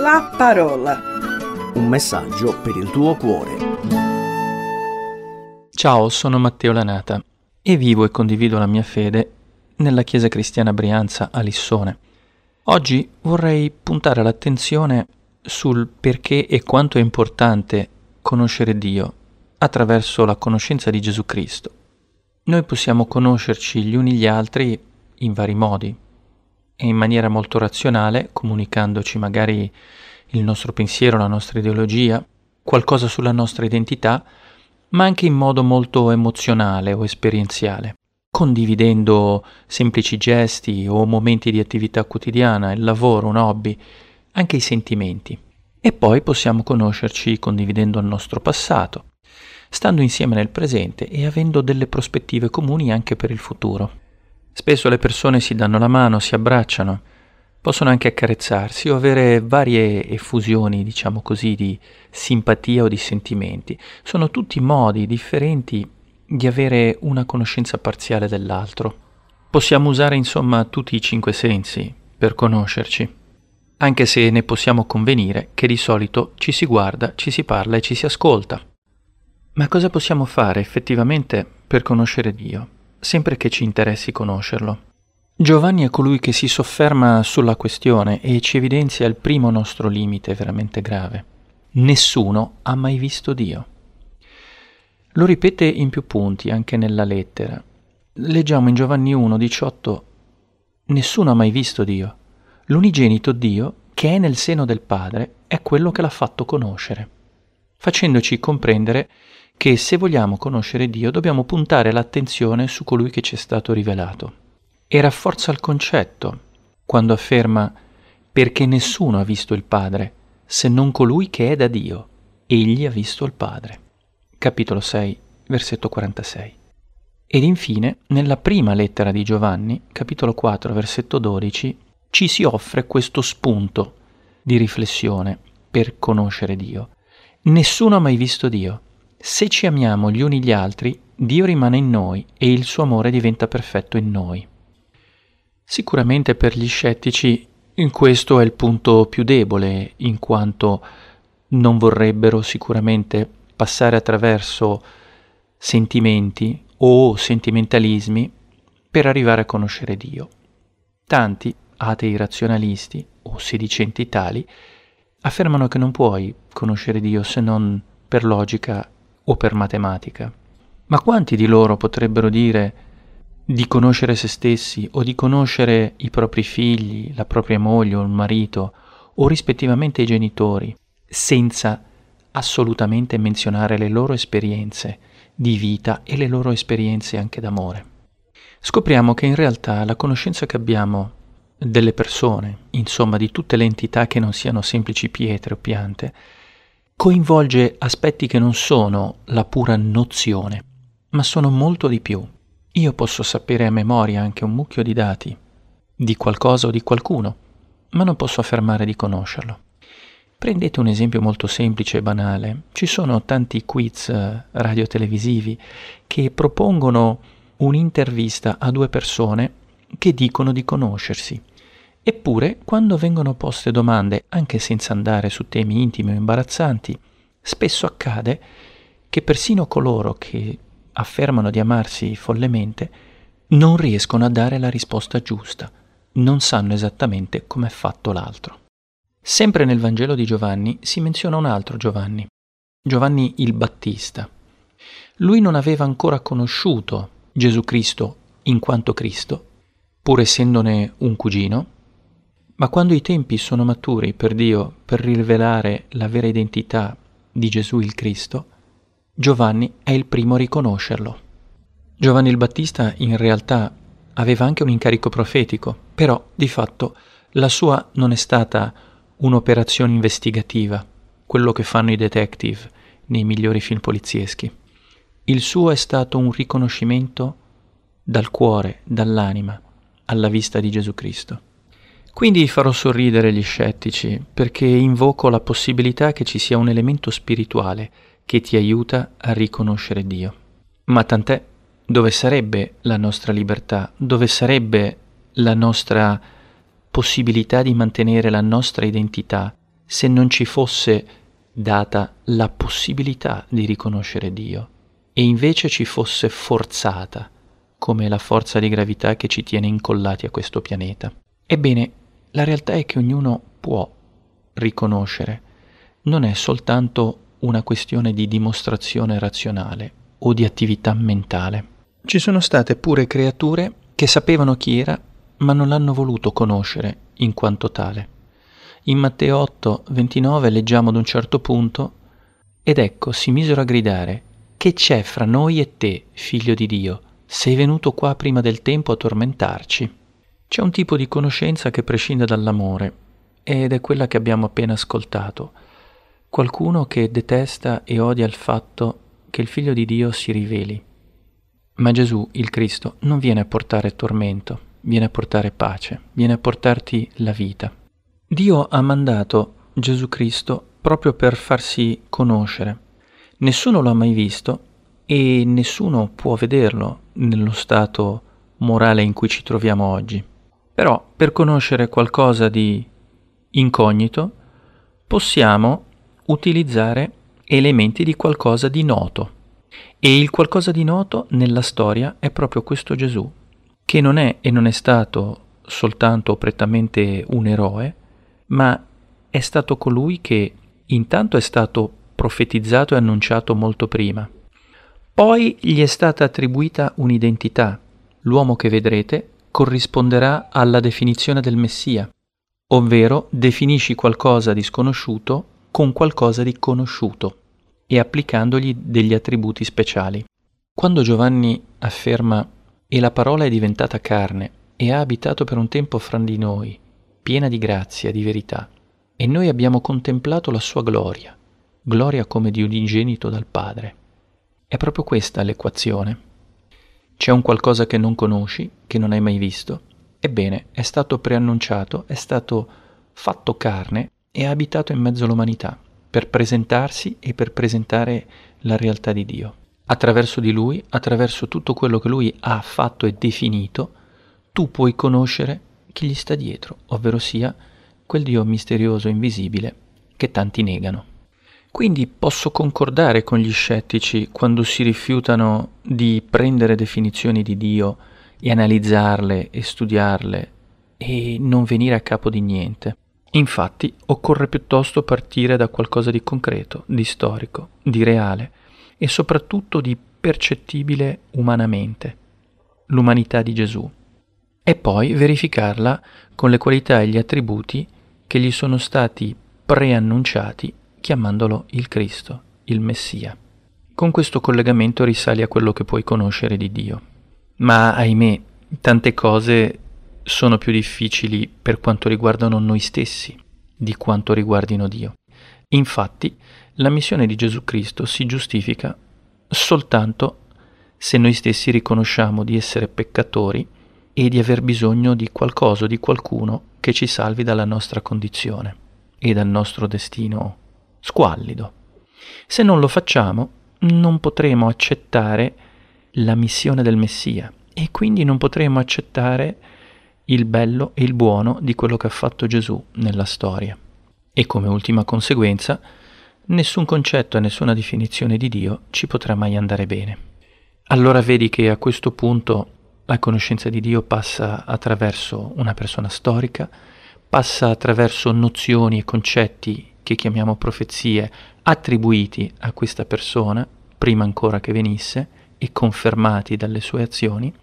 La parola. Un messaggio per il tuo cuore. Ciao, sono Matteo Lanata e vivo e condivido la mia fede nella Chiesa Cristiana Brianza a Lissone. Oggi vorrei puntare l'attenzione sul perché e quanto è importante conoscere Dio attraverso la conoscenza di Gesù Cristo. Noi possiamo conoscerci gli uni gli altri in vari modi e in maniera molto razionale, comunicandoci magari il nostro pensiero, la nostra ideologia, qualcosa sulla nostra identità, ma anche in modo molto emozionale o esperienziale, condividendo semplici gesti o momenti di attività quotidiana, il lavoro, un hobby, anche i sentimenti. E poi possiamo conoscerci condividendo il nostro passato, stando insieme nel presente e avendo delle prospettive comuni anche per il futuro. Spesso le persone si danno la mano, si abbracciano, possono anche accarezzarsi o avere varie effusioni, diciamo così, di simpatia o di sentimenti. Sono tutti modi differenti di avere una conoscenza parziale dell'altro. Possiamo usare insomma tutti i 5 sensi per conoscerci, anche se ne possiamo convenire che di solito ci si guarda, ci si parla e ci si ascolta. Ma cosa possiamo fare effettivamente per conoscere Dio, sempre che ci interessi conoscerlo? Giovanni è colui che si sofferma sulla questione e ci evidenzia il primo nostro limite veramente grave. Nessuno ha mai visto Dio. Lo ripete in più punti anche nella lettera. Leggiamo in Giovanni 1,18: nessuno ha mai visto Dio. L'unigenito Dio, che è nel seno del Padre, è quello che l'ha fatto conoscere, facendoci comprendere che se vogliamo conoscere Dio dobbiamo puntare l'attenzione su colui che ci è stato rivelato. E rafforza il concetto quando afferma: perché nessuno ha visto il Padre se non colui che è da Dio, egli ha visto il Padre. Capitolo 6, versetto 46. Ed infine, nella prima lettera di Giovanni, capitolo 4, versetto 12, ci si offre questo spunto di riflessione per conoscere Dio. Nessuno ha mai visto Dio. Se ci amiamo gli uni gli altri, Dio rimane in noi e il suo amore diventa perfetto in noi. Sicuramente per gli scettici questo è il punto più debole, in quanto non vorrebbero sicuramente passare attraverso sentimenti o sentimentalismi per arrivare a conoscere Dio. Tanti atei razionalisti o sedicenti tali affermano che non puoi conoscere Dio se non per logica o per matematica. Ma quanti di loro potrebbero dire di conoscere se stessi o di conoscere i propri figli, la propria moglie o il marito o rispettivamente i genitori, senza assolutamente menzionare le loro esperienze di vita e le loro esperienze anche d'amore? Scopriamo che in realtà la conoscenza che abbiamo delle persone, insomma di tutte le entità che non siano semplici pietre o piante, coinvolge aspetti che non sono la pura nozione, ma sono molto di più. Io posso sapere a memoria anche un mucchio di dati, di qualcosa o di qualcuno, ma non posso affermare di conoscerlo. Prendete un esempio molto semplice e banale. Ci sono tanti quiz radiotelevisivi che propongono un'intervista a 2 persone che dicono di conoscersi. Eppure, quando vengono poste domande, anche senza andare su temi intimi o imbarazzanti, spesso accade che persino coloro che affermano di amarsi follemente non riescono a dare la risposta giusta, non sanno esattamente come è fatto l'altro. Sempre nel Vangelo di Giovanni si menziona un altro Giovanni, Giovanni il Battista. Lui non aveva ancora conosciuto Gesù Cristo in quanto Cristo, pur essendone un cugino, ma quando i tempi sono maturi per Dio per rivelare la vera identità di Gesù il Cristo, Giovanni è il primo a riconoscerlo. Giovanni il Battista in realtà aveva anche un incarico profetico, però di fatto la sua non è stata un'operazione investigativa, quello che fanno i detective nei migliori film polizieschi. Il suo è stato un riconoscimento dal cuore, dall'anima, alla vista di Gesù Cristo. Quindi farò sorridere gli scettici, perché invoco la possibilità che ci sia un elemento spirituale che ti aiuta a riconoscere Dio. Ma tant'è, dove sarebbe la nostra libertà? Dove sarebbe la nostra possibilità di mantenere la nostra identità se non ci fosse data la possibilità di riconoscere Dio e invece ci fosse forzata, come la forza di gravità che ci tiene incollati a questo pianeta. Ebbene, la realtà è che ognuno può riconoscere, non è soltanto una questione di dimostrazione razionale o di attività mentale. Ci sono state pure creature che sapevano chi era, ma non l'hanno voluto conoscere in quanto tale. In Matteo 8:29 leggiamo ad un certo punto: «Ed ecco, si misero a gridare: che c'è fra noi e te, figlio di Dio? Sei venuto qua prima del tempo a tormentarci?» C'è un tipo di conoscenza che prescinde dall'amore, ed è quella che abbiamo appena ascoltato. Qualcuno che detesta e odia il fatto che il Figlio di Dio si riveli. Ma Gesù, il Cristo, non viene a portare tormento, viene a portare pace, viene a portarti la vita. Dio ha mandato Gesù Cristo proprio per farsi conoscere. Nessuno lo ha mai visto e nessuno può vederlo nello stato morale in cui ci troviamo oggi. Però per conoscere qualcosa di incognito possiamo utilizzare elementi di qualcosa di noto. E il qualcosa di noto nella storia è proprio questo Gesù, che non è e non è stato soltanto prettamente un eroe, ma è stato colui che intanto è stato profetizzato e annunciato molto prima. Poi gli è stata attribuita un'identità. L'uomo che vedrete corrisponderà alla definizione del Messia, ovvero definisci qualcosa di sconosciuto con qualcosa di conosciuto e applicandogli degli attributi speciali. Quando Giovanni afferma «E la parola è diventata carne e ha abitato per un tempo fra di noi, piena di grazia e di verità, e noi abbiamo contemplato la sua gloria, gloria come di unigenito dal Padre». È proprio questa l'equazione. C'è un qualcosa che non conosci, che non hai mai visto. Ebbene, è stato preannunciato, è stato fatto carne e ha abitato in mezzo all'umanità per presentarsi e per presentare la realtà di Dio. Attraverso di Lui, attraverso tutto quello che Lui ha fatto e definito, tu puoi conoscere chi gli sta dietro, ovvero sia quel Dio misterioso e invisibile che tanti negano. Quindi posso concordare con gli scettici quando si rifiutano di prendere definizioni di Dio e analizzarle e studiarle e non venire a capo di niente. Infatti occorre piuttosto partire da qualcosa di concreto, di storico, di reale e soprattutto di percettibile umanamente, l'umanità di Gesù, e poi verificarla con le qualità e gli attributi che gli sono stati preannunciati chiamandolo il Cristo, il Messia. Con questo collegamento risali a quello che puoi conoscere di Dio. Ma ahimè, tante cose sono più difficili per quanto riguardano noi stessi di quanto riguardino Dio. Infatti, la missione di Gesù Cristo si giustifica soltanto se noi stessi riconosciamo di essere peccatori e di aver bisogno di qualcosa o di qualcuno che ci salvi dalla nostra condizione e dal nostro destino squallido. Se non lo facciamo, non potremo accettare la missione del Messia e quindi non potremo accettare il bello e il buono di quello che ha fatto Gesù nella storia. E come ultima conseguenza, nessun concetto e nessuna definizione di Dio ci potrà mai andare bene. Allora vedi che a questo punto la conoscenza di Dio passa attraverso una persona storica, passa attraverso nozioni e concetti che chiamiamo profezie attribuiti a questa persona prima ancora che venisse e confermati dalle sue azioni,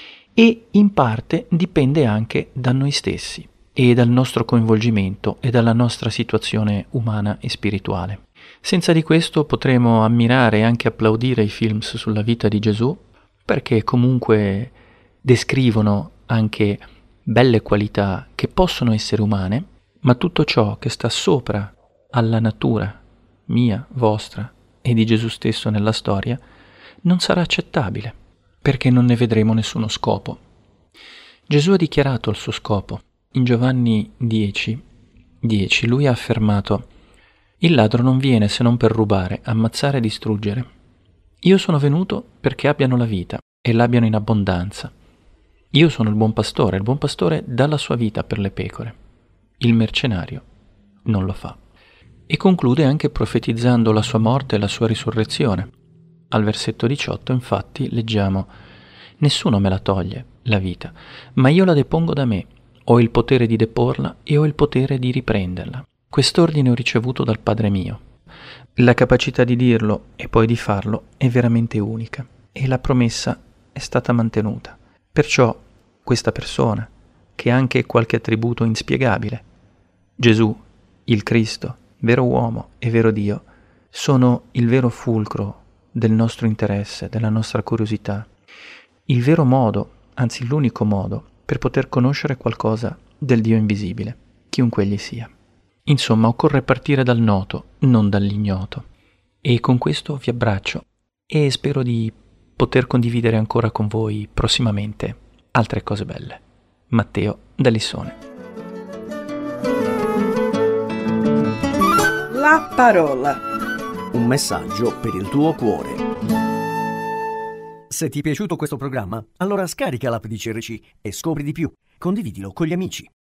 e in parte dipende anche da noi stessi e dal nostro coinvolgimento e dalla nostra situazione umana e spirituale. Senza di questo potremo ammirare e anche applaudire i film sulla vita di Gesù, perché comunque descrivono anche belle qualità che possono essere umane, ma tutto ciò che sta sopra alla natura mia, vostra e di Gesù stesso nella storia non sarà accettabile, perché non ne vedremo nessuno scopo. Gesù ha dichiarato il suo scopo. In Giovanni 10 lui ha affermato: «Il ladro non viene se non per rubare, ammazzare e distruggere. Io sono venuto perché abbiano la vita e l'abbiano in abbondanza. Io sono il buon pastore dà la sua vita per le pecore. Il mercenario non lo fa». e conclude anche profetizzando la sua morte e la sua risurrezione. Al versetto 18, infatti, leggiamo: «Nessuno me la toglie, la vita, ma io la depongo da me. Ho il potere di deporla e ho il potere di riprenderla. Quest'ordine ho ricevuto dal Padre mio». La capacità di dirlo e poi di farlo è veramente unica e la promessa è stata mantenuta. Perciò questa persona, che ha anche qualche attributo inspiegabile, Gesù, il Cristo, vero uomo e vero Dio, sono il vero fulcro del nostro interesse, della nostra curiosità, il vero modo, anzi l'unico modo, per poter conoscere qualcosa del Dio invisibile, chiunque egli sia. Insomma, occorre partire dal noto, non dall'ignoto. E con questo vi abbraccio e spero di poter condividere ancora con voi prossimamente altre cose belle. Matteo da Lissone. La parola. Un messaggio per il tuo cuore. Se ti è piaciuto questo programma, allora scarica l'app di CRC e scopri di più. Condividilo con gli amici.